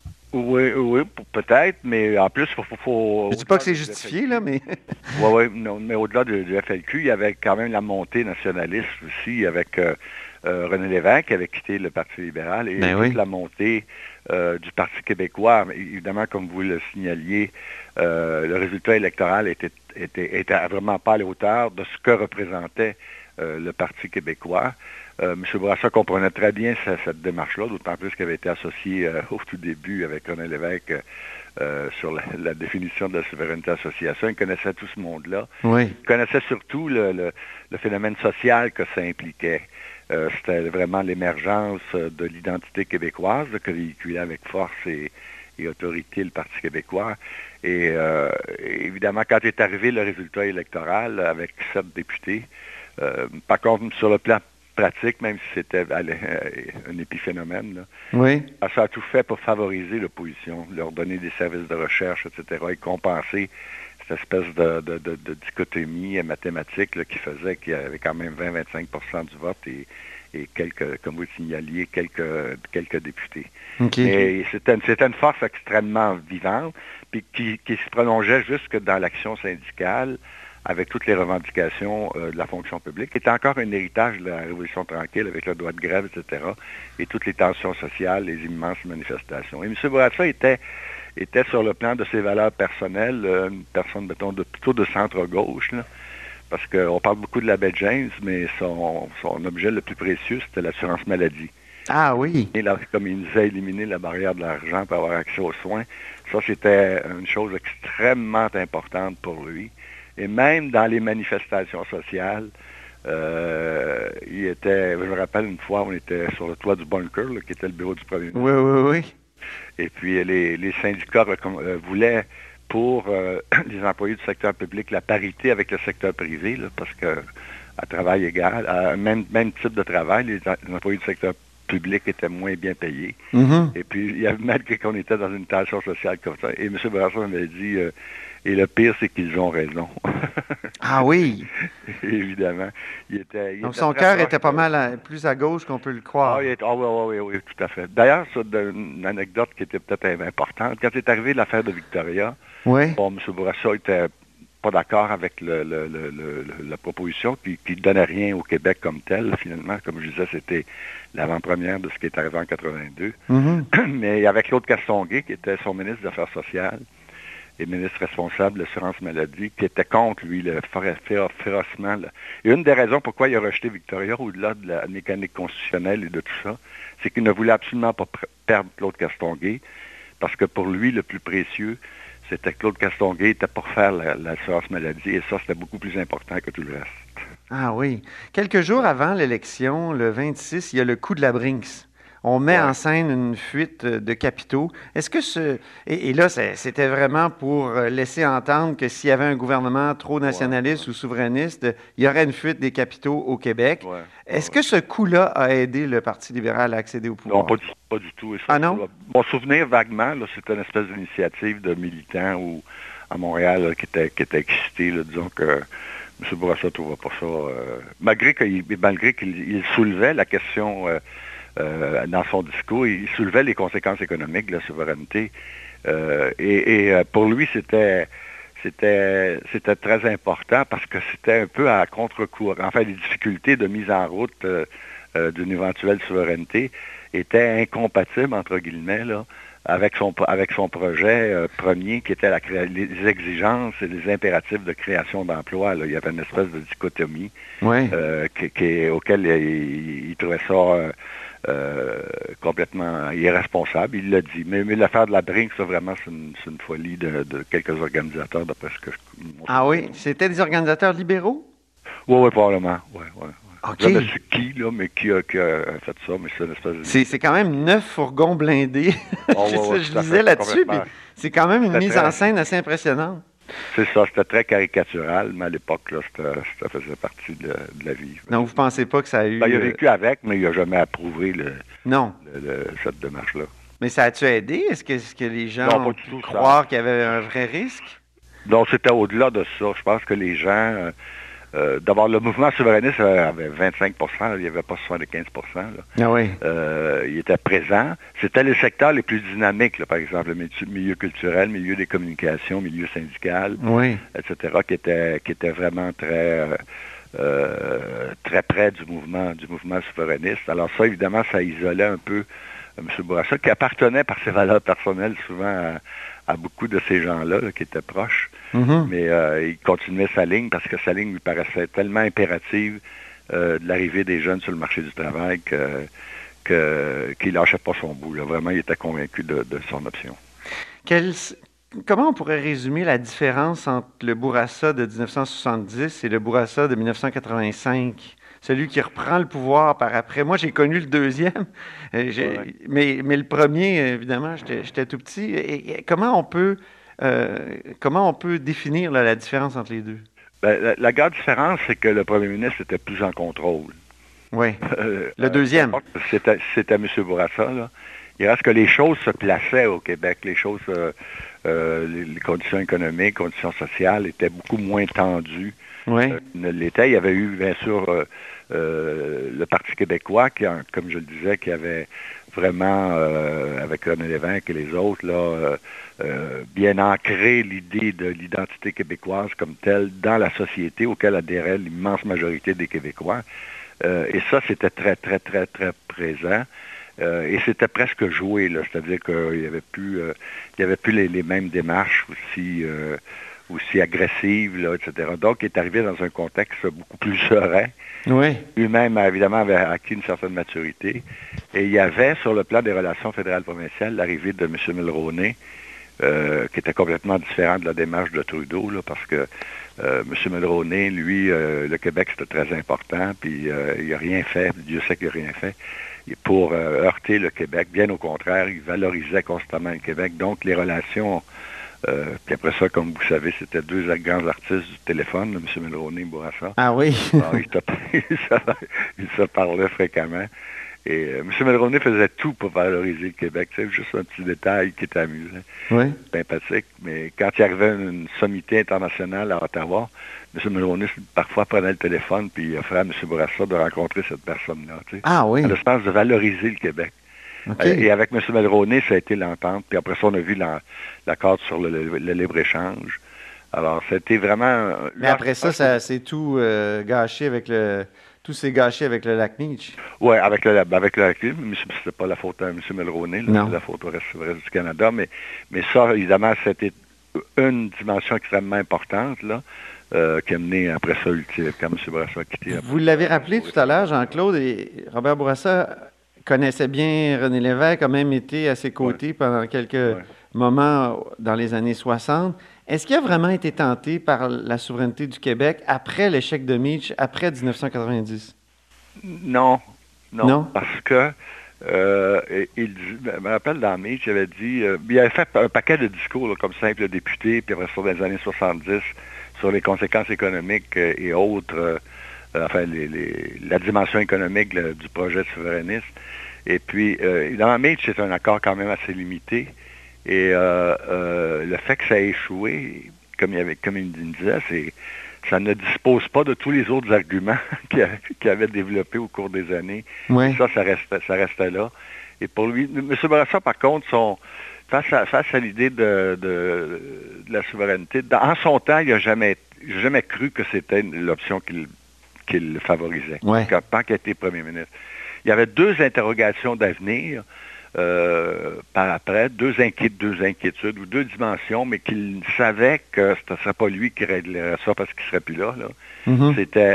Oui, peut-être, mais en plus, faut je dis pas que c'est justifié, là, mais... oui, non, mais au-delà du FLQ, il y avait quand même la montée nationaliste aussi, avec René Lévesque, qui avait quitté le Parti libéral, et toute la montée du Parti québécois. Mais évidemment, comme vous le signaliez, le résultat électoral était vraiment pas à la hauteur de ce que représentait le Parti québécois. M. Bourassa comprenait très bien cette démarche-là, d'autant plus qu'il avait été associé au tout début avec René Lévesque sur la définition de la souveraineté association. Il connaissait tout ce monde-là. Oui. Il connaissait surtout le phénomène social que ça impliquait. C'était vraiment l'émergence de l'identité québécoise que véhiculait avec force et autorité le Parti québécois. Et évidemment, quand est arrivé le résultat électoral avec 7 députés, par contre, sur le plan pratique, même si c'était un épiphénomène, là, oui. Ça a tout fait pour favoriser l'opposition, leur donner des services de recherche, etc., et compenser cette espèce de dichotomie mathématique là, qui faisait qu'il y avait quand même 20-25% du vote et quelques, comme vous le signaliez, quelques députés. Okay. Mais c'était une force extrêmement vivante, puis qui se prolongeait jusque dans l'action syndicale, avec toutes les revendications de la fonction publique, qui était encore un héritage de la Révolution tranquille, avec le droit de grève, etc., et toutes les tensions sociales, les immenses manifestations. Et M. Bourassa était sur le plan de ses valeurs personnelles, une personne, mettons, plutôt de centre-gauche, là, parce qu'on parle beaucoup de la baie James, mais son objet le plus précieux, c'était l'assurance maladie. Ah oui. Et là, comme il nous a éliminé la barrière de l'argent pour avoir accès aux soins, ça, c'était une chose extrêmement importante pour lui. Et même dans les manifestations sociales, il était, je me rappelle une fois, on était sur le toit du bunker, là, qui était le bureau du premier ministre. Oui. Et puis les syndicats voulaient pour les employés du secteur public la parité avec le secteur privé, là, parce que à travail égal, à même type de travail, les employés du secteur public étaient moins bien payés. Mm-hmm. Et puis, malgré qu'on était dans une tension sociale comme ça, et M. Bourassa m'avait dit... et le pire, c'est qu'ils ont raison. Ah oui? Évidemment. Donc, son cœur était pas mal plus à gauche qu'on peut le croire. Oui, tout à fait. D'ailleurs, c'est une anecdote qui était peut-être importante. Quand est arrivée l'affaire de Victoria, M. Bourassa était pas d'accord avec la proposition qui ne donnait rien au Québec comme tel, finalement. Comme je disais, c'était l'avant-première de ce qui est arrivé en 82. Mm-hmm. Mais avec Claude Castonguay, qui était son ministre des Affaires sociales, et ministre responsable de l'assurance maladie, qui était contre, lui, le férocement. Là. Et une des raisons pourquoi il a rejeté Victoria, au-delà de la mécanique constitutionnelle et de tout ça, c'est qu'il ne voulait absolument pas perdre Claude Castonguay, parce que pour lui, le plus précieux, c'était Claude Castonguay était pour faire l'assurance maladie, et ça, c'était beaucoup plus important que tout le reste. Ah oui. Quelques jours avant l'élection, le 26, il y a le coup de la Brinks. On met en scène une fuite de capitaux. Est-ce que et là, c'était vraiment pour laisser entendre que s'il y avait un gouvernement trop nationaliste ou souverainiste, il y aurait une fuite des capitaux au Québec. Est-ce que ce coup-là a aidé le Parti libéral à accéder au pouvoir? Non, pas du tout. Et ça, ah non? Mon souvenir vaguement, c'était une espèce d'initiative de militants à Montréal là, qui était excité, là, disons que M. Bourassa ne trouvait pas ça... malgré qu'il soulevait la question... dans son discours, il soulevait les conséquences économiques de la souveraineté. Pour lui, c'était très important parce que c'était un peu à contre-courant. Enfin, les difficultés de mise en route d'une éventuelle souveraineté étaient incompatibles, entre guillemets, là, avec son projet premier, qui était les exigences et les impératifs de création d'emplois. Il y avait une espèce de dichotomie auquel il trouvait ça... complètement irresponsable, il l'a dit. Mais l'affaire de la Brinks, ça, vraiment, c'est une folie de quelques organisateurs, d'après ce que je... Ah oui? C'était des organisateurs libéraux? Oui, probablement. Oui. Okay. Je ne sais plus qui, là, mais qui a fait ça, mais c'est une espèce de... C'est quand même 9 fourgons blindés. Je lisais là-dessus, puis c'est quand même une mise en scène assez impressionnante. C'est ça, c'était très caricatural, mais à l'époque, là, ça faisait partie de la vie. Donc, vous ne pensez pas que ça a eu... Il a vécu avec, mais il n'a jamais approuvé non. Cette démarche-là. Mais ça a-tu aidé? Est-ce que les gens Non, pas ont du pu tout, croire qu'il y avait un vrai risque? Donc, c'était au-delà de ça. Je pense que les gens... d'abord, le mouvement souverainiste avait 25 là, il n'y avait pas 75 là. Ah oui. Il était présent. C'était les secteurs les plus dynamiques, là, par exemple, le milieu culturel, le milieu des communications, le milieu syndical, etc., qui était vraiment très près du mouvement souverainiste. Alors ça, évidemment, ça isolait un peu M. Bourassa, qui appartenait par ses valeurs personnelles souvent à beaucoup de ces gens-là qui étaient proches. Mais il continuait sa ligne parce que sa ligne lui paraissait tellement impérative de l'arrivée des jeunes sur le marché du travail qu'il lâchait pas son bout. Là. Vraiment, il était convaincu de son option. Comment on pourrait résumer la différence entre le Bourassa de 1970 et le Bourassa de 1985? Celui qui reprend le pouvoir par après. Moi, j'ai connu le deuxième, mais le premier, évidemment, j'étais tout petit. Et comment on peut définir là, la différence entre les deux? Ben, la grande différence, c'est que le premier ministre était plus en contrôle. Oui. Le deuxième. C'était M. Bourassa, là. Il reste que les choses se plaçaient au Québec. Les choses, les conditions économiques, conditions sociales étaient beaucoup moins tendues. Oui. L'État, il y avait eu, bien sûr, le Parti québécois, comme je le disais, qui avait vraiment, avec René Lévesque et les autres, là, bien ancré l'idée de l'identité québécoise comme telle dans la société auquel adhérait l'immense majorité des Québécois. Et ça, c'était très, très, très, très présent. Et c'était presque joué, là, c'est-à-dire qu'il n'y avait plus les mêmes démarches aussi agressives, là, etc. Donc, il est arrivé dans un contexte beaucoup plus serein. Oui. Lui-même, évidemment, avait acquis une certaine maturité. Et il y avait, sur le plan des relations fédérales-provinciales, l'arrivée de M. Mulroney, qui était complètement différent de la démarche de Trudeau, là, parce que M. Mulroney, lui, le Québec, c'était très important, puis il n'a rien fait, Dieu sait qu'il n'a rien fait, pour heurter le Québec. Bien au contraire, il valorisait constamment le Québec. Donc, les relations... puis après ça, comme vous savez, c'était deux grands artistes du téléphone, là, M. Mulroney et Bourassa. Ah oui? Alors, ils se parlaient fréquemment. Et M. Mulroney faisait tout pour valoriser le Québec. C'est juste un petit détail qui était amusant. Oui. Sympathique. Mais quand il arrivait à une sommité internationale à Ottawa, M. Mulroney parfois prenait le téléphone puis il offrait à M. Bourassa de rencontrer cette personne-là. Ah oui? À l'espace de valoriser le Québec. Okay. Et avec M. Mulroney, ça a été l'entente. Puis après ça, on a vu l'accord sur le libre-échange. Alors, c'était vraiment... Mais après ça s'est tout gâché avec tout s'est gâché avec le lac Meach. Oui, avec le lac Meach, mais c'était pas la faute à M. Mulroney, c'était la faute au reste du Canada. Mais ça, évidemment, c'était une dimension extrêmement importante, là, qui a mené après ça, quand M. Bourassa a quitté. Vous l'avez rappelé tout à l'heure, Jean-Claude, et Robert Bourassa connaissait bien René Lévesque, a même été à ses côtés pendant quelques moments dans les années 60. Est-ce qu'il a vraiment été tenté par la souveraineté du Québec après l'échec de Meach, après 1990? Non, parce que je me rappelle dans Meach, il avait dit, il avait fait un paquet de discours là, comme simple député, puis après ça, dans les années 70, sur les conséquences économiques et autres, la dimension économique du projet souverainiste. Et puis, évidemment, Meach, c'est un accord quand même assez limité. Et le fait que ça a échoué, comme il disait, ça ne dispose pas de tous les autres arguments qu'il avait développés au cours des années. Oui. Ça restait là. Et pour lui, M. Bourassa, par contre, face à l'idée de la souveraineté, en son temps, il n'a jamais cru que c'était l'option qu'il favorisait, tant qu'il était premier ministre. Il y avait deux interrogations d'avenir par après, deux inquiétudes ou deux dimensions, mais qu'il savait que ce ne serait pas lui qui réglerait ça parce qu'il ne serait plus là. Mm-hmm.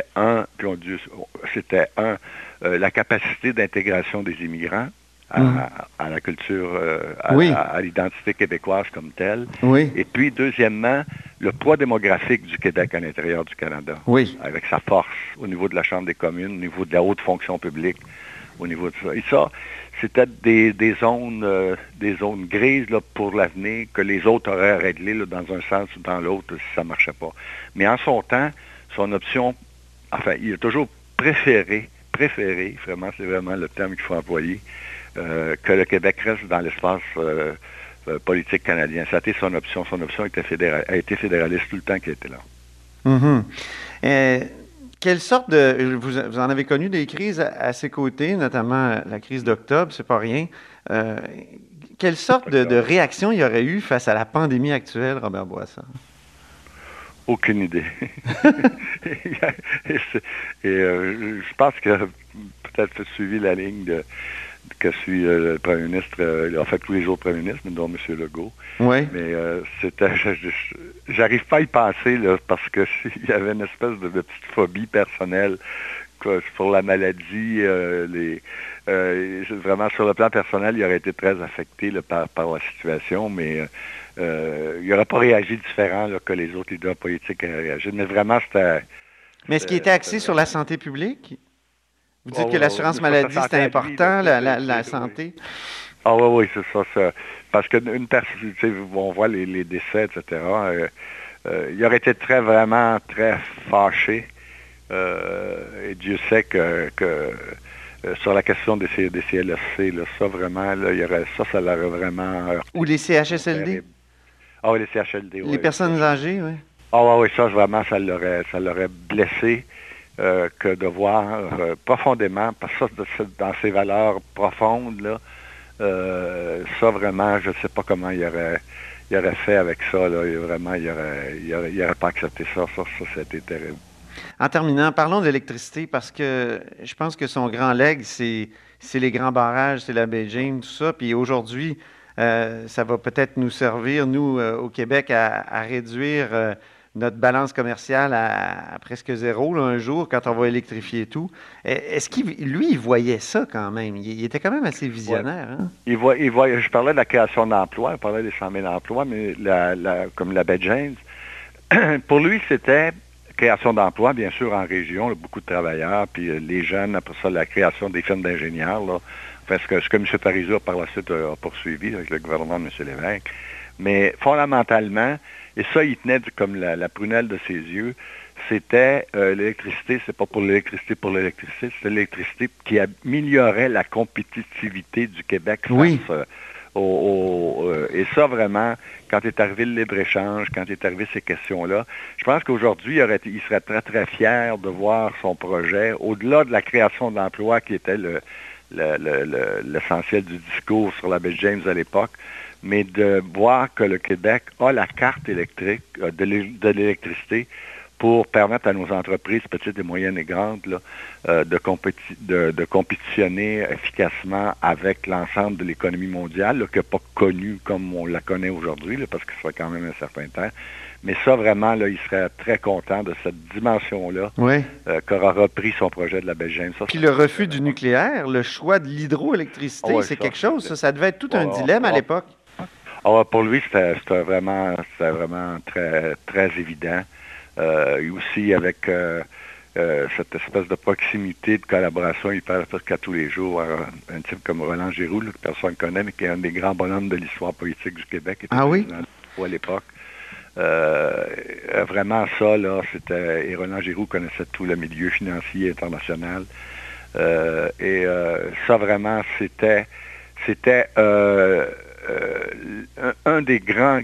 C'était la capacité d'intégration des immigrants à la culture, à l'identité québécoise comme telle. Oui. Et puis, deuxièmement, le poids démographique du Québec à l'intérieur du Canada. Oui. Avec sa force au niveau de la Chambre des communes, au niveau de la haute fonction publique, au niveau de ça. Et ça, c'était des zones grises là, pour l'avenir que les autres auraient réglées là, dans un sens ou dans l'autre si ça ne marchait pas. Mais en son temps, son option, il a toujours préféré, vraiment, c'est vraiment le terme qu'il faut employer, que le Québec reste dans l'espace politique canadien. Ça a été son option. Son option a été fédéraliste tout le temps qu'il était là. Mm-hmm. Quelle sorte de... Vous en avez connu des crises à ses côtés, notamment la crise d'octobre, c'est pas rien. Quelle sorte de réaction il y aurait eu face à la pandémie actuelle, Robert Bourassa? Aucune idée. Je pense que peut-être suivi la ligne que suit le premier ministre, en fait tous les autres premiers ministres, dont M. Legault. Oui. Mais j'arrive pas à y penser là, parce que il y avait une espèce de petite phobie personnelle pour la maladie. Vraiment sur le plan personnel, il aurait été très affecté là, par la situation, mais il n'aurait pas réagi différent là, que les autres leaders politiques auraient réagi. Mais vraiment, c'était... Mais est-ce qu'il était axé sur la santé publique? Vous dites que l'assurance maladie, c'était important, la santé? Ah oui, c'est ça. Parce qu'une personne, on voit les décès, etc., il aurait été vraiment très fâché. Et Dieu sait que sur la question des CLSC, là, ça vraiment, là, ça l'aurait vraiment... Ou les CHSLD? Ah oui, les CHSLD, oui. Les personnes âgées, oui. Ah oui, ça vraiment, ça l'aurait blessé que de voir profondément, parce que ça, dans ses valeurs profondes, là, ça vraiment, je ne sais pas comment il aurait fait avec ça, là. Vraiment, il aurait pas accepté ça. Ça, c'était terrible. En terminant, parlons d'électricité, parce que je pense que son grand legs, c'est les grands barrages, c'est la baie James, tout ça. Puis aujourd'hui, ça va peut-être nous servir, nous, au Québec, à réduire notre balance commerciale à presque zéro, là, un jour, quand on va électrifier tout. Est-ce lui, il voyait ça quand même? Il était quand même assez visionnaire. Ouais. Hein? Il voyait, je parlais de la création d'emplois, je parlais des 100 000 emplois, mais comme la baie James, pour lui, c'était création d'emplois, bien sûr, en région, là, beaucoup de travailleurs, puis les jeunes, après ça, la création des firmes d'ingénieurs, là, parce que ce que M. Parizeau, par la suite, a poursuivi avec le gouvernement de M. Lévesque. Mais fondamentalement, et ça, il tenait comme la prunelle de ses yeux, c'était l'électricité, c'est pas pour l'électricité, c'est l'électricité qui améliorait la compétitivité du Québec face et ça, vraiment, quand est arrivé le libre-échange, quand est arrivé ces questions-là, je pense qu'aujourd'hui, il serait très, très fier de voir son projet, au-delà de la création d'emplois qui était l'essentiel du discours sur la baie James à l'époque, mais de voir que le Québec a la carte électrique, de l'électricité, pour permettre à nos entreprises, petites et moyennes et grandes, là, de compétitionner efficacement avec l'ensemble de l'économie mondiale, là, qui n'est pas connue comme on la connaît aujourd'hui, là, parce que ça fait quand même un certain temps. Mais ça, vraiment, là, il serait très content de cette dimension-là, qu'aura repris son projet de la baie James. Puis le refus du nucléaire, le choix de l'hydroélectricité, c'est quelque chose, ça devait être tout un dilemme à l'époque. Pour lui, c'était vraiment très, très évident. Et aussi avec cette espèce de proximité, de collaboration, il parle presque à tous les jours. Un type comme Roland Giroux, là, que personne ne connaît, mais qui est un des grands bonhommes de l'histoire politique du Québec. Ah oui? À l'époque. Vraiment ça, là, c'était... Et Roland Giroux connaissait tout le milieu financier international. Et ça, vraiment, c'était un des grands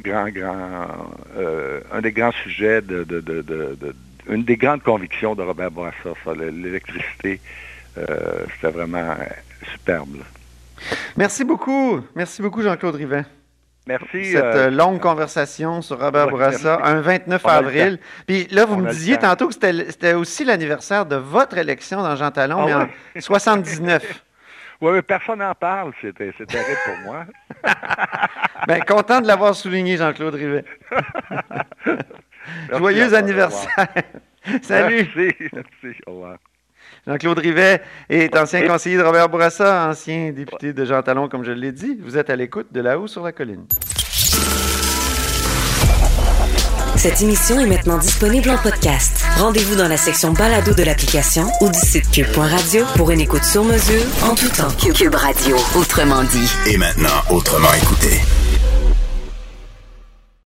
sujets une des grandes convictions de Robert Bourassa, ça, l'électricité, c'était vraiment superbe. Là. Merci beaucoup, Jean-Claude Rivet. Merci. Cette longue conversation sur Robert Bourassa, un 29 avril. Puis là, vous me disiez tantôt que c'était aussi l'anniversaire de votre élection dans Jean Talon, mais en 79. Oui, mais personne n'en parle. C'est terrible pour moi. Bien, content de l'avoir souligné, Jean-Claude Rivet. Joyeux anniversaire. Salut. Merci. Au revoir. Jean-Claude Rivet est ancien conseiller de Robert Bourassa, ancien député de Jean Talon, comme je l'ai dit. Vous êtes à l'écoute de Là-haut sur la colline. Cette émission est maintenant disponible en podcast. Rendez-vous dans la section balado de l'application ou du site cube.radio pour une écoute sur mesure en tout temps. Cube Radio, autrement dit. Et maintenant, autrement écouté.